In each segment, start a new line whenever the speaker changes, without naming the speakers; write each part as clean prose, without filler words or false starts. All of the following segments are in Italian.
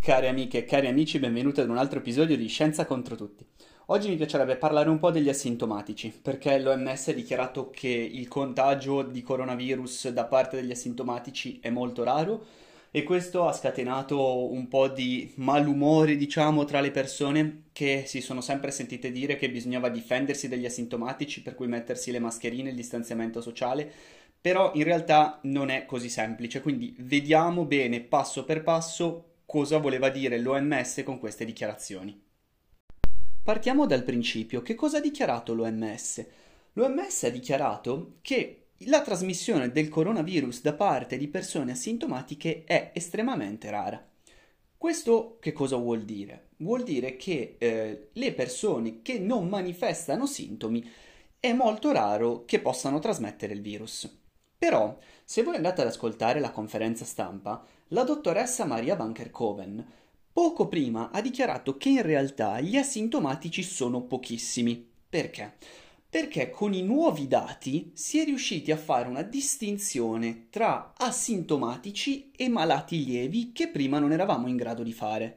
Cari amiche e cari amici, benvenuti ad un altro episodio di Scienza contro tutti. Oggi mi piacerebbe parlare un po' degli asintomatici, perché l'OMS ha dichiarato che il contagio di coronavirus da parte degli asintomatici è molto raro e questo ha scatenato un po' di malumore, diciamo, tra le persone che si sono sempre sentite dire che bisognava difendersi dagli asintomatici, per cui mettersi le mascherine e il distanziamento sociale. Però in realtà non è così semplice, quindi vediamo bene passo per passo cosa voleva dire l'OMS con queste dichiarazioni. Partiamo dal principio. Che cosa ha dichiarato l'OMS? L'OMS ha dichiarato che la trasmissione del coronavirus da parte di persone asintomatiche è estremamente rara. Questo che cosa vuol dire? Vuol dire che le persone che non manifestano sintomi è molto raro che possano trasmettere il virus. Però, se voi andate ad ascoltare la conferenza stampa, la dottoressa Maria Van Kerkhoven poco prima ha dichiarato che in realtà gli asintomatici sono pochissimi. Perché? Perché con i nuovi dati si è riusciti a fare una distinzione tra asintomatici e malati lievi che prima non eravamo in grado di fare.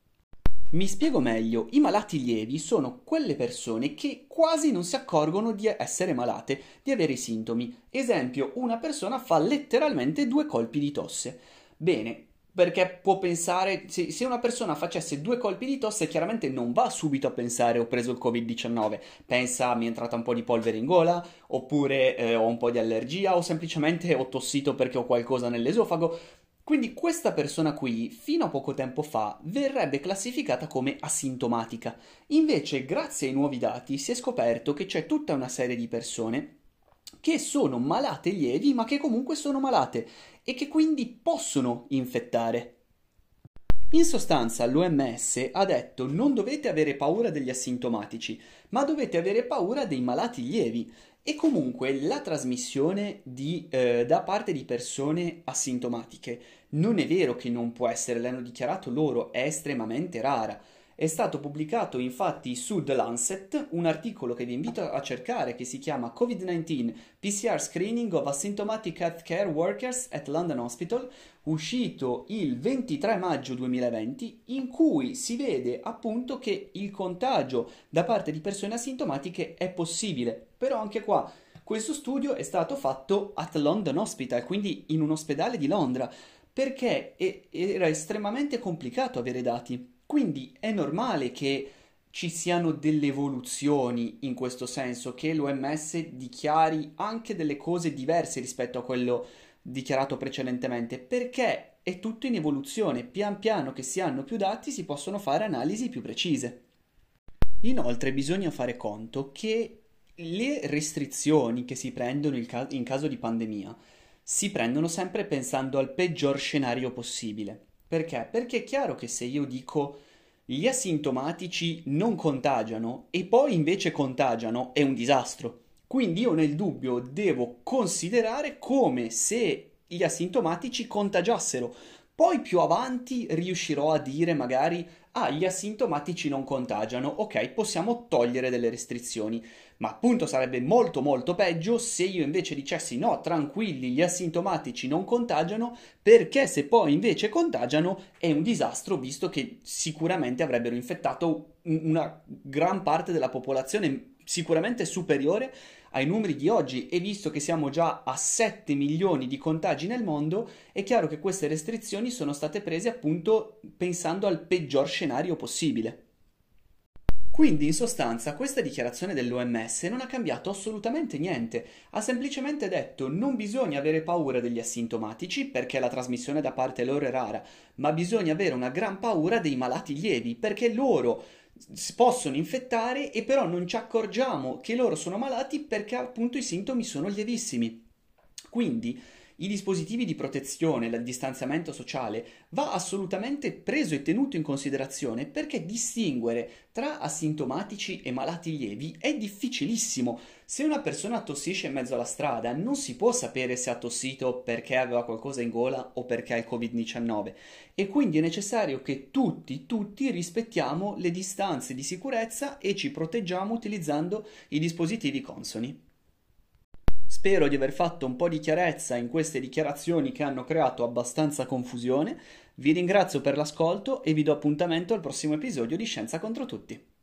Mi spiego meglio, i malati lievi sono quelle persone che quasi non si accorgono di essere malate, di avere i sintomi. Esempio, una persona fa letteralmente 2 colpi di tosse. Bene, perché può pensare, se una persona facesse 2 colpi di tosse, chiaramente non va subito a pensare ho preso il Covid-19, pensa mi è entrata un po' di polvere in gola, oppure ho un po' di allergia, o semplicemente ho tossito perché ho qualcosa nell'esofago. Quindi questa persona qui, fino a poco tempo fa, verrebbe classificata come asintomatica. Invece, grazie ai nuovi dati, si è scoperto che c'è tutta una serie di persone che sono malate lievi, ma che comunque sono malate e che quindi possono infettare. In sostanza, l'OMS ha detto non dovete avere paura degli asintomatici, ma dovete avere paura dei malati lievi. E comunque la trasmissione da parte di persone asintomatiche non è vero che non può essere, l'hanno dichiarato loro, è estremamente rara. È stato pubblicato infatti su The Lancet un articolo che vi invito a cercare che si chiama COVID-19 PCR Screening of Asymptomatic Healthcare Workers at London Hospital, uscito il 23 maggio 2020, in cui si vede appunto che il contagio da parte di persone asintomatiche è possibile. Però anche qua questo studio è stato fatto at London Hospital, quindi in un ospedale di Londra, perché era estremamente complicato avere dati. Quindi è normale che ci siano delle evoluzioni in questo senso, che l'OMS dichiari anche delle cose diverse rispetto a quello dichiarato precedentemente, perché è tutto in evoluzione. Pian piano che si hanno più dati si possono fare analisi più precise. Inoltre bisogna fare conto che le restrizioni che si prendono in caso di pandemia si prendono sempre pensando al peggior scenario possibile. Perché? Perché è chiaro che se io dico gli asintomatici non contagiano e poi invece contagiano è un disastro. Quindi io nel dubbio devo considerare come se gli asintomatici contagiassero. Poi più avanti riuscirò a dire magari gli asintomatici non contagiano, ok, possiamo togliere delle restrizioni. Ma appunto sarebbe molto molto peggio se io invece dicessi no, tranquilli, gli asintomatici non contagiano, perché se poi invece contagiano è un disastro, visto che sicuramente avrebbero infettato una gran parte della popolazione, sicuramente superiore ai numeri di oggi, e visto che siamo già a 7 milioni di contagi nel mondo, è chiaro che queste restrizioni sono state prese appunto pensando al peggior scenario possibile. Quindi, in sostanza, questa dichiarazione dell'OMS non ha cambiato assolutamente niente, ha semplicemente detto non bisogna avere paura degli asintomatici perché la trasmissione da parte loro è rara, ma bisogna avere una gran paura dei malati lievi perché loro si possono infettare e però non ci accorgiamo che loro sono malati perché appunto i sintomi sono lievissimi. Quindi i dispositivi di protezione, il distanziamento sociale va assolutamente preso e tenuto in considerazione perché distinguere tra asintomatici e malati lievi è difficilissimo. Se una persona tossisce in mezzo alla strada non si può sapere se ha tossito perché aveva qualcosa in gola o perché ha il Covid-19 e quindi è necessario che tutti rispettiamo le distanze di sicurezza e ci proteggiamo utilizzando i dispositivi consoni. Spero di aver fatto un po' di chiarezza in queste dichiarazioni che hanno creato abbastanza confusione. Vi ringrazio per l'ascolto e vi do appuntamento al prossimo episodio di Scienza contro tutti.